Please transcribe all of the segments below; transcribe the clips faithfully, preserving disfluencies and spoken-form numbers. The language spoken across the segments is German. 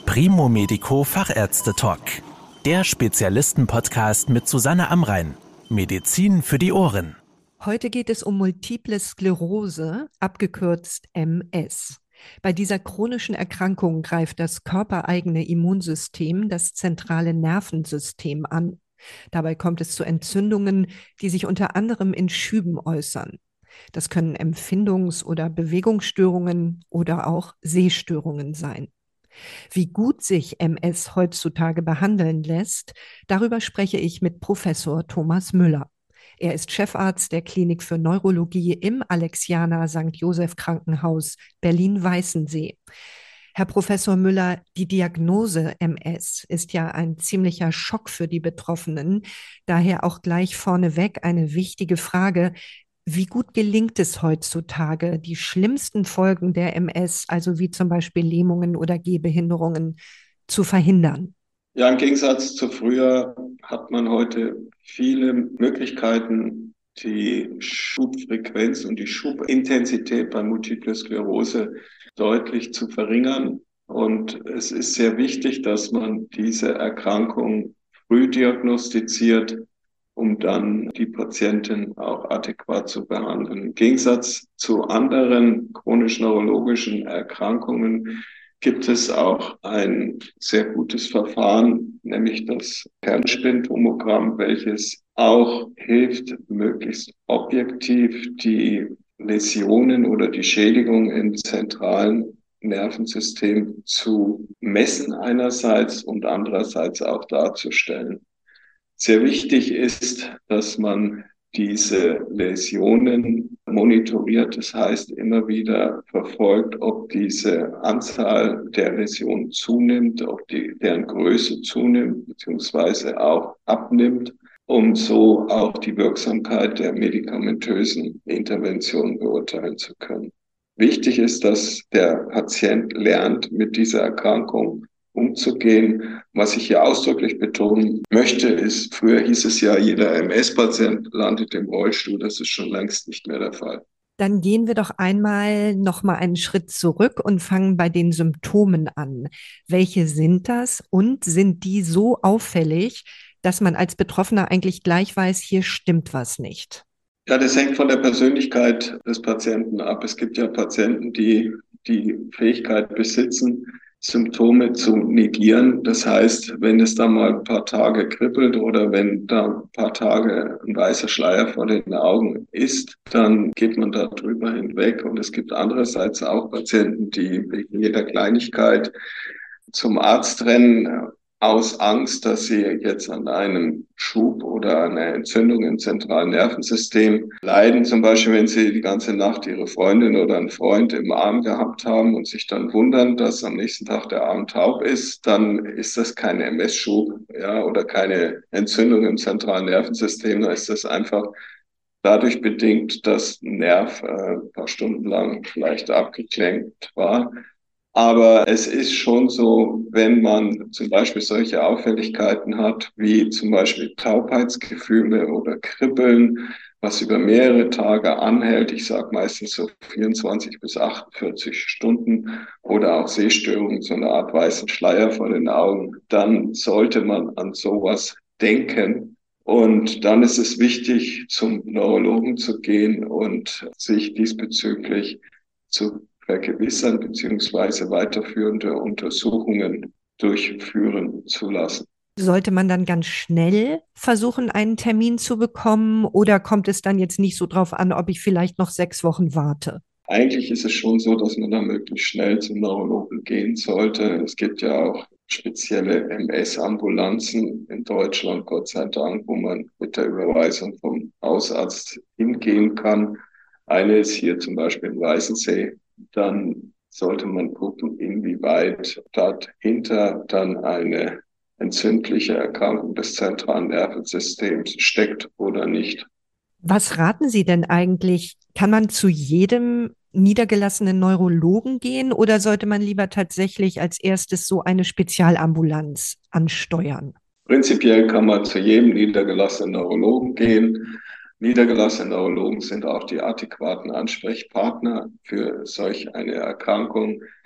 Primo Medico Fachärzte-Talk. Der Spezialisten-Podcast mit Susanne Amrein. Medizin für die Ohren. Heute geht es um Multiple Sklerose, abgekürzt M S. Bei dieser chronischen Erkrankung greift das körpereigene Immunsystem das zentrale Nervensystem an. Dabei kommt es zu Entzündungen, die sich unter anderem in Schüben äußern. Das können Empfindungs- oder Bewegungsstörungen oder auch Sehstörungen sein. Wie gut sich M S heutzutage behandeln lässt, darüber spreche ich mit Professor Thomas Müller. Er ist Chefarzt der Klinik für Neurologie im Alexianer Sankt Joseph Krankenhaus Berlin-Weißensee. Herr Professor Müller, die Diagnose M S ist ja ein ziemlicher Schock für die Betroffenen. Daher auch gleich vorneweg eine wichtige Frage. Wie gut gelingt es heutzutage, die schlimmsten Folgen der M S, also wie zum Beispiel Lähmungen oder Gehbehinderungen, zu verhindern? Ja, im Gegensatz zu früher hat man heute viele Möglichkeiten, die Schubfrequenz und die Schubintensität bei Multiple Sklerose deutlich zu verringern. Und es ist sehr wichtig, dass man diese Erkrankung früh diagnostiziert, um dann die Patienten auch adäquat zu behandeln. Im Gegensatz zu anderen chronisch-neurologischen Erkrankungen gibt es auch ein sehr gutes Verfahren, nämlich das Kernspintomogramm, welches auch hilft, möglichst objektiv die Läsionen oder die Schädigung im zentralen Nervensystem zu messen einerseits und andererseits auch darzustellen. Sehr wichtig ist, dass man diese Läsionen monitoriert, das heißt immer wieder verfolgt, ob diese Anzahl der Läsionen zunimmt, ob die, deren Größe zunimmt beziehungsweise auch abnimmt, um so auch die Wirksamkeit der medikamentösen Intervention beurteilen zu können. Wichtig ist, dass der Patient lernt, mit dieser Erkrankung umzugehen. Was ich hier ausdrücklich betonen möchte, ist, früher hieß es ja, jeder M S-Patient landet im Rollstuhl. Das ist schon längst nicht mehr der Fall. Dann gehen wir doch einmal noch mal einen Schritt zurück und fangen bei den Symptomen an. Welche sind das und sind die so auffällig, dass man als Betroffener eigentlich gleich weiß, hier stimmt was nicht? Ja, das hängt von der Persönlichkeit des Patienten ab. Es gibt ja Patienten, die die Fähigkeit besitzen, Symptome zu negieren. Das heißt, wenn es da mal ein paar Tage kribbelt oder wenn da ein paar Tage ein weißer Schleier vor den Augen ist, dann geht man da drüber hinweg. Und es gibt andererseits auch Patienten, die wegen jeder Kleinigkeit zum Arzt rennen, aus Angst, dass sie jetzt an einem Schub oder einer Entzündung im zentralen Nervensystem leiden. Zum Beispiel, wenn sie die ganze Nacht ihre Freundin oder einen Freund im Arm gehabt haben und sich dann wundern, dass am nächsten Tag der Arm taub ist, dann ist das kein M S-Schub, ja, oder keine Entzündung im zentralen Nervensystem. Da ist das einfach dadurch bedingt, dass ein Nerv äh, ein paar Stunden lang vielleicht abgeklemmt war. Aber es ist schon so, wenn man zum Beispiel solche Auffälligkeiten hat, wie zum Beispiel Taubheitsgefühle oder Kribbeln, was über mehrere Tage anhält, ich sage meistens so vierundzwanzig bis achtundvierzig Stunden, oder auch Sehstörungen, so eine Art weißen Schleier vor den Augen, dann sollte man an sowas denken. Und dann ist es wichtig, zum Neurologen zu gehen und sich diesbezüglich zu vergewissern beziehungsweise weiterführende Untersuchungen durchführen zu lassen. Sollte man dann ganz schnell versuchen, einen Termin zu bekommen, oder kommt es dann jetzt nicht so drauf an, ob ich vielleicht noch sechs Wochen warte? Eigentlich ist es schon so, dass man da möglichst schnell zum Neurologen gehen sollte. Es gibt ja auch spezielle M S-Ambulanzen in Deutschland, Gott sei Dank, wo man mit der Überweisung vom Hausarzt hingehen kann. Eine ist hier zum Beispiel in Weißensee. Dann sollte man gucken, inwieweit dahinter dann eine entzündliche Erkrankung des zentralen Nervensystems steckt oder nicht. Was raten Sie denn eigentlich? Kann man zu jedem niedergelassenen Neurologen gehen oder sollte man lieber tatsächlich als erstes so eine Spezialambulanz ansteuern? Prinzipiell kann man zu jedem niedergelassenen Neurologen gehen. Niedergelassene Neurologen sind auch die adäquaten Ansprechpartner für solch eine Erkrankung.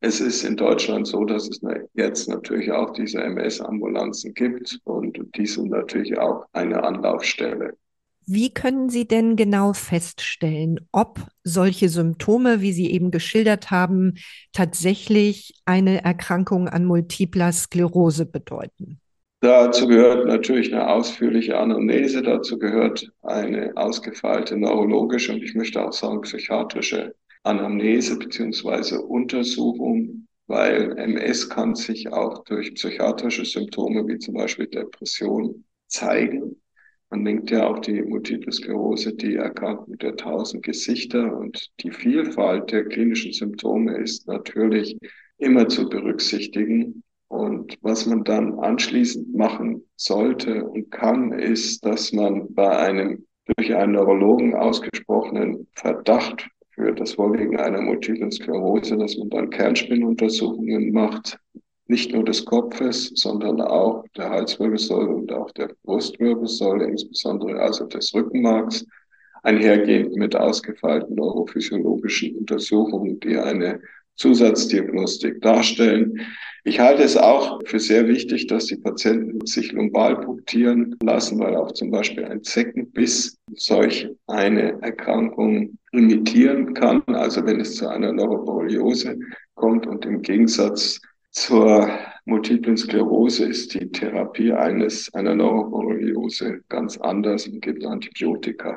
Es ist in Deutschland so, dass es jetzt natürlich auch diese M S-Ambulanzen gibt und die sind natürlich auch eine Anlaufstelle. Wie können Sie denn genau feststellen, ob solche Symptome, wie Sie eben geschildert haben, tatsächlich eine Erkrankung an multipler Sklerose bedeuten? Dazu gehört natürlich eine ausführliche Anamnese, dazu gehört eine ausgefeilte neurologische und ich möchte auch sagen psychiatrische Anamnese beziehungsweise Untersuchung, weil M S kann sich auch durch psychiatrische Symptome wie zum Beispiel Depression zeigen. Man nennt ja auch die Multiple Sklerose die Erkrankung der tausend Gesichter und die Vielfalt der klinischen Symptome ist natürlich immer zu berücksichtigen. Und was man dann anschließend machen sollte und kann, ist, dass man bei einem durch einen Neurologen ausgesprochenen Verdacht für das Vorliegen einer Multiplen Sklerose, dass man dann Kernspinuntersuchungen macht, nicht nur des Kopfes, sondern auch der Halswirbelsäule und auch der Brustwirbelsäule, insbesondere also des Rückenmarks, einhergehend mit ausgefeilten neurophysiologischen Untersuchungen, die eine Zusatzdiagnostik darstellen. Ich halte es auch für sehr wichtig, dass die Patienten sich lumbal punktieren lassen, weil auch zum Beispiel ein Zeckenbiss solch eine Erkrankung imitieren kann. Also wenn es zu einer Neuroborreliose kommt und im Gegensatz zur Multiplen Sklerose ist die Therapie eines einer Neuroborreliose ganz anders und gibt Antibiotika.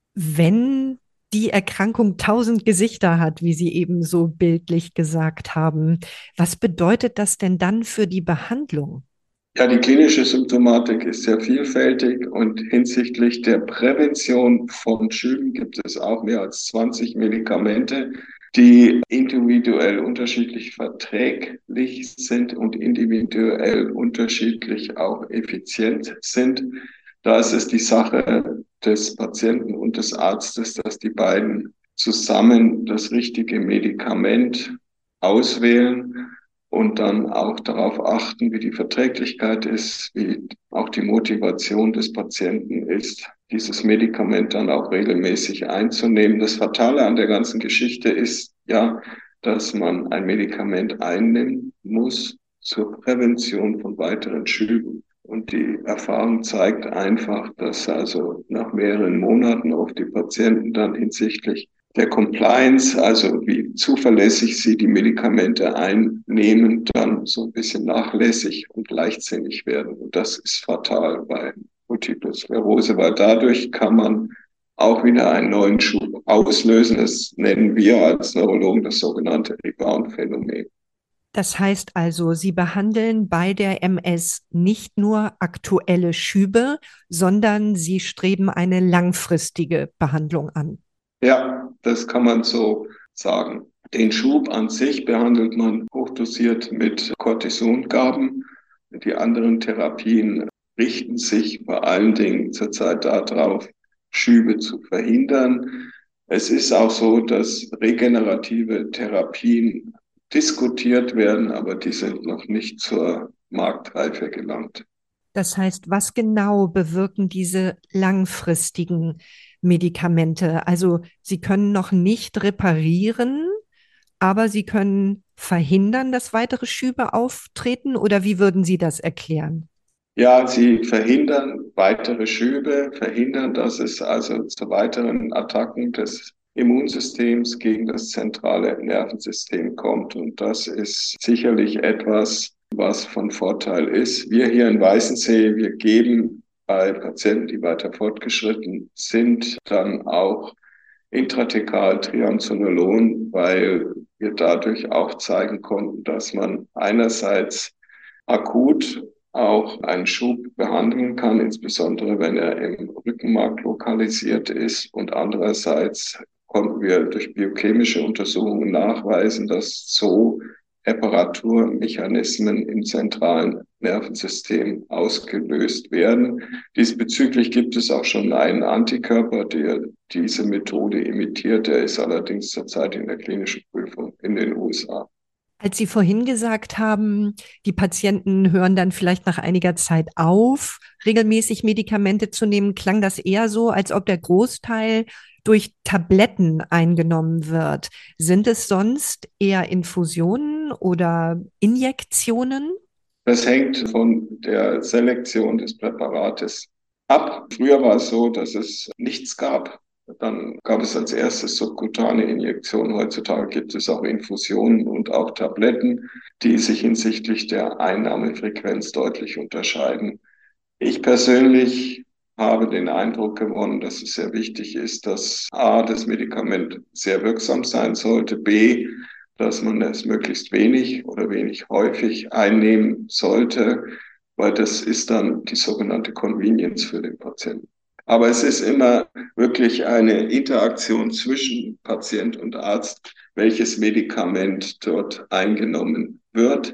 Wenn die Erkrankung tausend Gesichter hat, wie Sie eben so bildlich gesagt haben, was bedeutet das denn dann für die Behandlung? Ja, die klinische Symptomatik ist sehr vielfältig und hinsichtlich der Prävention von Schüben gibt es auch mehr als zwanzig Medikamente, die individuell unterschiedlich verträglich sind und individuell unterschiedlich auch effizient sind. Da ist es die Sache des Patienten und des Arztes, dass die beiden zusammen das richtige Medikament auswählen und dann auch darauf achten, wie die Verträglichkeit ist, wie auch die Motivation des Patienten ist, dieses Medikament dann auch regelmäßig einzunehmen. Das Fatale an der ganzen Geschichte ist ja, dass man ein Medikament einnehmen muss zur Prävention von weiteren Schüben. Und die Erfahrung zeigt einfach, dass also nach mehreren Monaten auch die Patienten dann hinsichtlich der Compliance, also wie zuverlässig sie die Medikamente einnehmen, dann so ein bisschen nachlässig und leichtsinnig werden. Und das ist fatal bei Multiple Sklerose, weil dadurch kann man auch wieder einen neuen Schub auslösen. Das nennen wir als Neurologen das sogenannte Rebound-Phänomen. Das heißt also, Sie behandeln bei der M S nicht nur aktuelle Schübe, sondern Sie streben eine langfristige Behandlung an. Ja, das kann man so sagen. Den Schub an sich behandelt man hochdosiert mit Cortisongaben. Die anderen Therapien richten sich vor allen Dingen zurzeit darauf, Schübe zu verhindern. Es ist auch so, dass regenerative Therapien diskutiert werden, aber die sind noch nicht zur Marktreife gelangt. Das heißt, was genau bewirken diese langfristigen Medikamente? Also sie können noch nicht reparieren, aber sie können verhindern, dass weitere Schübe auftreten, oder wie würden Sie das erklären? Ja, sie verhindern weitere Schübe, verhindern, dass es also zu weiteren Attacken des Immunsystems gegen das zentrale Nervensystem kommt. Und das ist sicherlich etwas, was von Vorteil ist. Wir hier in Weißensee, wir geben bei Patienten, die weiter fortgeschritten sind, dann auch intrathekal Triamcinolon, weil wir dadurch auch zeigen konnten, dass man einerseits akut auch einen Schub behandeln kann, insbesondere wenn er im Rückenmark lokalisiert ist. Und andererseits konnten wir durch biochemische Untersuchungen nachweisen, dass so Reparaturmechanismen im zentralen Nervensystem ausgelöst werden. Diesbezüglich gibt es auch schon einen Antikörper, der diese Methode imitiert. Der ist allerdings zurzeit in der klinischen Prüfung in den U S A. Als Sie vorhin gesagt haben, die Patienten hören dann vielleicht nach einiger Zeit auf, regelmäßig Medikamente zu nehmen, klang das eher so, als ob der Großteil durch Tabletten eingenommen wird, sind es sonst eher Infusionen oder Injektionen? Das hängt von der Selektion des Präparates ab. Früher war es so, dass es nichts gab. Dann gab es als erstes subkutane Injektionen. Heutzutage gibt es auch Infusionen und auch Tabletten, die sich hinsichtlich der Einnahmefrequenz deutlich unterscheiden. Ich persönlich habe den Eindruck gewonnen, dass es sehr wichtig ist, dass A, das Medikament sehr wirksam sein sollte, B, dass man es möglichst wenig oder wenig häufig einnehmen sollte, weil das ist dann die sogenannte Convenience für den Patienten. Aber es ist immer wirklich eine Interaktion zwischen Patient und Arzt, welches Medikament dort eingenommen wird.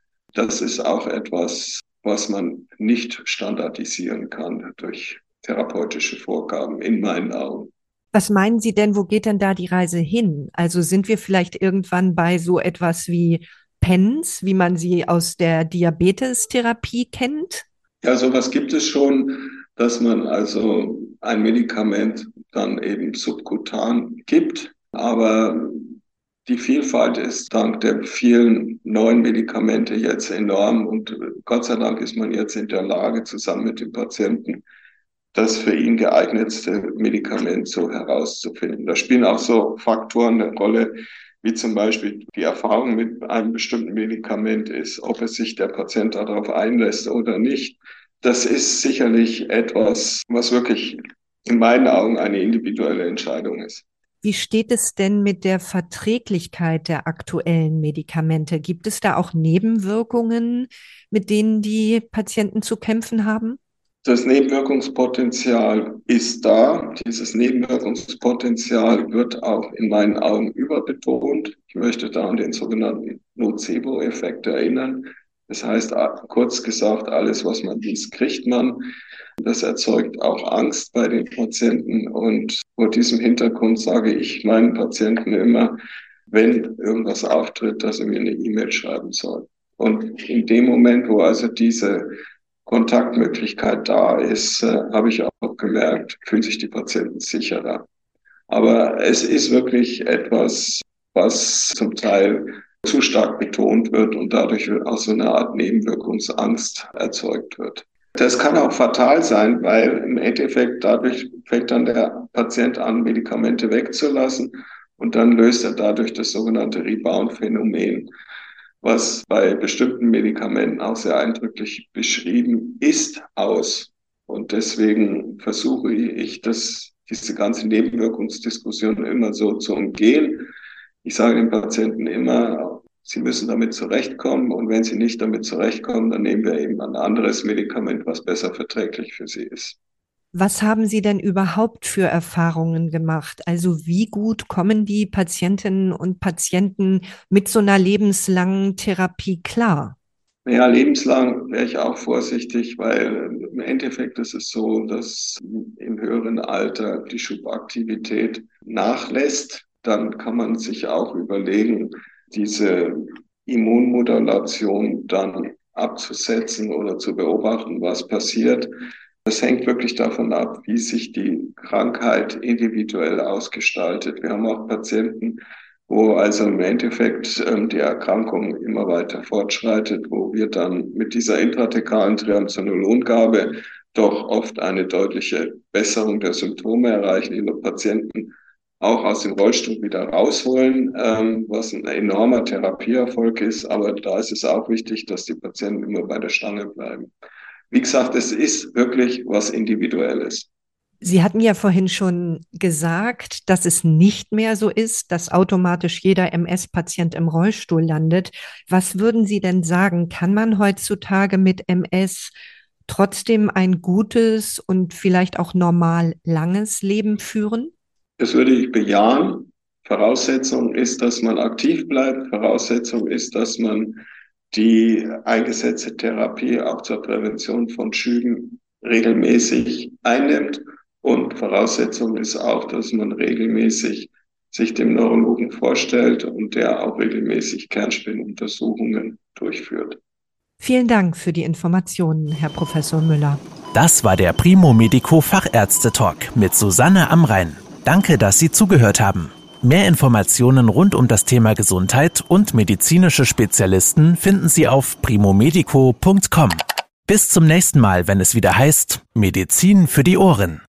Das ist auch etwas, was man nicht standardisieren kann durch therapeutische Vorgaben in meinen Augen. Was meinen Sie denn, wo geht denn da die Reise hin? Also sind wir vielleicht irgendwann bei so etwas wie Pens, wie man sie aus der Diabetestherapie kennt? Ja, sowas gibt es schon, dass man also ein Medikament dann eben subkutan gibt. Aber die Vielfalt ist dank der vielen neuen Medikamente jetzt enorm. Und Gott sei Dank ist man jetzt in der Lage, zusammen mit dem Patienten das für ihn geeignetste Medikament so herauszufinden. Da spielen auch so Faktoren eine Rolle, wie zum Beispiel die Erfahrung mit einem bestimmten Medikament ist, ob es sich der Patient darauf einlässt oder nicht. Das ist sicherlich etwas, was wirklich in meinen Augen eine individuelle Entscheidung ist. Wie steht es denn mit der Verträglichkeit der aktuellen Medikamente? Gibt es da auch Nebenwirkungen, mit denen die Patienten zu kämpfen haben? Das Nebenwirkungspotenzial ist da. Dieses Nebenwirkungspotenzial wird auch in meinen Augen überbetont. Ich möchte da an den sogenannten Nocebo-Effekt erinnern. Das heißt, kurz gesagt, alles, was man liest, kriegt man. Das erzeugt auch Angst bei den Patienten. Und vor diesem Hintergrund sage ich meinen Patienten immer, wenn irgendwas auftritt, dass sie mir eine E-Mail schreiben sollen. Und in dem Moment, wo also diese Kontaktmöglichkeit da ist, äh, habe ich auch gemerkt, fühlen sich die Patienten sicherer. Aber es ist wirklich etwas, was zum Teil zu stark betont wird und dadurch auch so eine Art Nebenwirkungsangst erzeugt wird. Das kann auch fatal sein, weil im Endeffekt dadurch fängt dann der Patient an, Medikamente wegzulassen und dann löst er dadurch das sogenannte Rebound-Phänomen, was bei bestimmten Medikamenten auch sehr eindrücklich beschrieben ist, aus. Und deswegen versuche ich, das, diese ganze Nebenwirkungsdiskussion immer so zu umgehen. Ich sage den Patienten immer, sie müssen damit zurechtkommen. Und wenn sie nicht damit zurechtkommen, dann nehmen wir eben ein anderes Medikament, was besser verträglich für sie ist. Was haben Sie denn überhaupt für Erfahrungen gemacht? Also wie gut kommen die Patientinnen und Patienten mit so einer lebenslangen Therapie klar? Ja, lebenslang wäre ich auch vorsichtig, weil im Endeffekt ist es so, dass im höheren Alter die Schubaktivität nachlässt. Dann kann man sich auch überlegen, diese Immunmodulation dann abzusetzen oder zu beobachten, was passiert. Das hängt wirklich davon ab, wie sich die Krankheit individuell ausgestaltet. Wir haben auch Patienten, wo also im Endeffekt ähm, die Erkrankung immer weiter fortschreitet, wo wir dann mit dieser intrathekalen Triamcinolongabe doch oft eine deutliche Besserung der Symptome erreichen, die Patienten auch aus dem Rollstuhl wieder rausholen, ähm, was ein enormer Therapieerfolg ist. Aber da ist es auch wichtig, dass die Patienten immer bei der Stange bleiben. Wie gesagt, es ist wirklich was Individuelles. Sie hatten ja vorhin schon gesagt, dass es nicht mehr so ist, dass automatisch jeder M S-Patient im Rollstuhl landet. Was würden Sie denn sagen? Kann man heutzutage mit M S trotzdem ein gutes und vielleicht auch normal langes Leben führen? Das würde ich bejahen. Voraussetzung ist, dass man aktiv bleibt. Voraussetzung ist, dass man die eingesetzte Therapie auch zur Prävention von Schüben regelmäßig einnimmt. Und Voraussetzung ist auch, dass man regelmäßig sich dem Neurologen vorstellt und der auch regelmäßig Kernspinuntersuchungen durchführt. Vielen Dank für die Informationen, Herr Professor Müller. Das war der Primo Medico Fachärzte Talk mit Susanne Amrein. Danke, dass Sie zugehört haben. Mehr Informationen rund um das Thema Gesundheit und medizinische Spezialisten finden Sie auf primomedico punkt com. Bis zum nächsten Mal, wenn es wieder heißt Medizin für die Ohren.